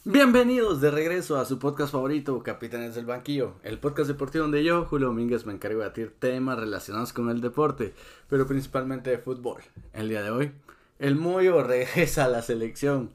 Bienvenidos de regreso a su podcast favorito, Capitanes del Banquillo, el podcast deportivo donde yo, Julio Domínguez, me encargo de debatir temas relacionados con el deporte, pero principalmente de fútbol. El día de hoy, el Moyo regresa a la selección.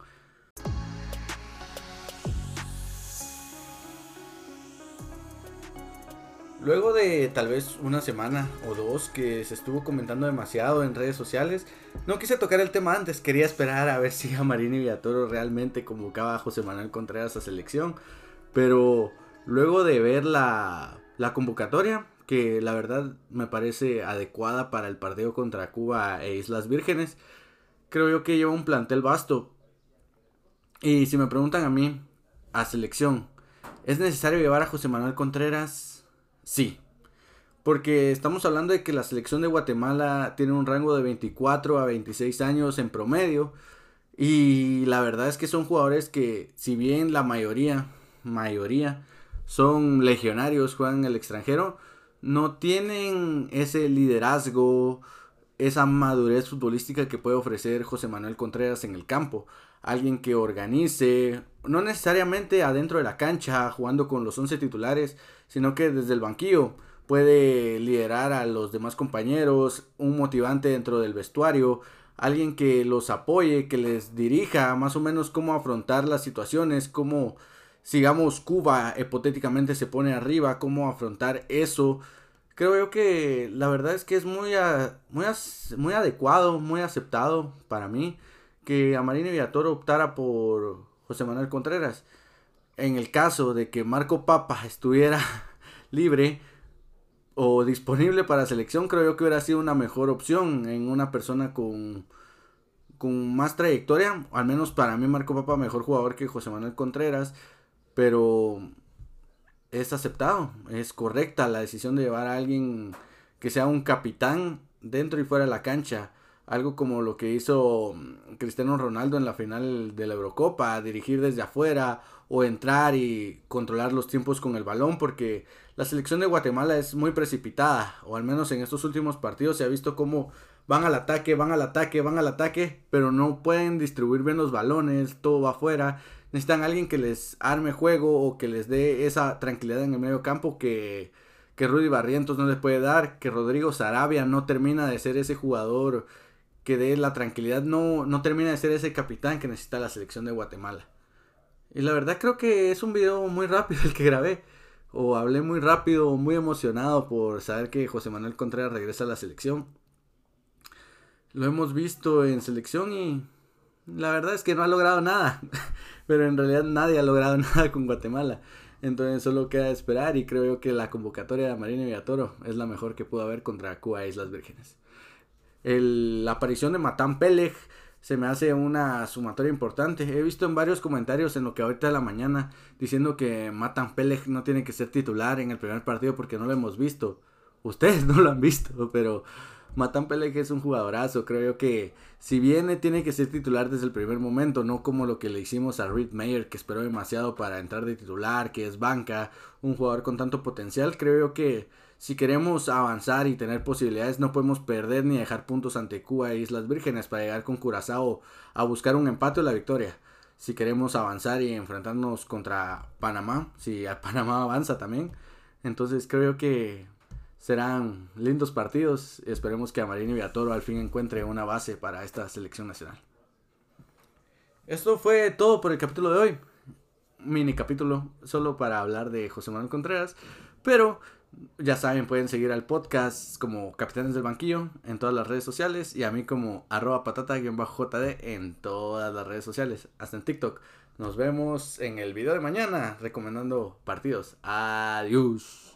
Luego de tal vez una semana o dos que se estuvo comentando demasiado en redes sociales, no quise tocar el tema antes, quería esperar a ver si Amarini Villatoro realmente convocaba a José Manuel Contreras a selección, pero luego de ver la convocatoria, que la verdad me parece adecuada para el partido contra Cuba e Islas Vírgenes, creo yo que lleva un plantel vasto. Y si me preguntan a mí, a selección, ¿es necesario llevar a José Manuel Contreras? Sí. Porque estamos hablando de que la selección de Guatemala tiene un rango de 24 a 26 años en promedio. Y la verdad es que son jugadores que, si bien la mayoría son legionarios, juegan en el extranjero, no tienen ese liderazgo, esa madurez futbolística que puede ofrecer José Manuel Contreras en el campo. Alguien que organice, no necesariamente adentro de la cancha, jugando con los 11 titulares, sino que desde el banquillo puede liderar a los demás compañeros, un motivante dentro del vestuario, alguien que los apoye, que les dirija más o menos cómo afrontar las situaciones, cómo, sigamos, Cuba hipotéticamente se pone arriba, cómo afrontar eso. Creo yo que la verdad es que es muy adecuado, muy aceptado para mí que Amarini Villatoro optara por José Manuel Contreras. En el caso de que Marco Papa estuviera libre o disponible para selección, creo yo que hubiera sido una mejor opción en una persona con más trayectoria. Al menos para mí Marco Papa mejor jugador que José Manuel Contreras, pero es aceptado, es correcta la decisión de llevar a alguien que sea un capitán dentro y fuera de la cancha. Algo como lo que hizo Cristiano Ronaldo en la final de la Eurocopa, dirigir desde afuera o entrar y controlar los tiempos con el balón, porque la selección de Guatemala es muy precipitada, o al menos en estos últimos partidos se ha visto cómo van al ataque, pero no pueden distribuir bien los balones, todo va afuera. Necesitan a alguien que les arme juego o que les dé esa tranquilidad en el medio campo que Rudy Barrientos no les puede dar, que Rodrigo Sarabia no termina de ser ese jugador que dé la tranquilidad, no termina de ser ese capitán que necesita la selección de Guatemala. Y la verdad creo que es un video muy rápido el que grabé, o hablé muy rápido, muy emocionado por saber que José Manuel Contreras regresa a la selección. Lo hemos visto en selección y la verdad es que no ha logrado nada. Pero en realidad nadie ha logrado nada con Guatemala. Entonces solo queda esperar y creo yo que la convocatoria de Amarini Villatoro es la mejor que pudo haber contra Cuba e Islas Vírgenes. La aparición de Matan Pelej se me hace una sumatoria importante. He visto en varios comentarios en lo que ahorita de la mañana diciendo que Matan Pelej no tiene que ser titular en el primer partido porque no lo hemos visto. Ustedes no lo han visto, pero Matan Pelej es un jugadorazo. Creo yo que si viene tiene que ser titular desde el primer momento, no como lo que le hicimos a Reed Mayer, que esperó demasiado para entrar de titular, que es banca, un jugador con tanto potencial. Creo yo que si queremos avanzar y tener posibilidades, no podemos perder ni dejar puntos ante Cuba e Islas Vírgenes para llegar con Curazao a buscar un empate o la victoria. Si queremos avanzar y enfrentarnos contra Panamá, si a Panamá avanza también, entonces creo que serán lindos partidos. Esperemos que Amarini Villatoro al fin encuentre una base para esta selección nacional. Esto fue todo por el capítulo de hoy. Mini capítulo solo para hablar de José Manuel Contreras. Pero ya saben, pueden seguir al podcast como Capitanes del Banquillo en todas las redes sociales y a mí como @patata_jd en todas las redes sociales, hasta en TikTok. Nos vemos en el video de mañana recomendando partidos. Adiós.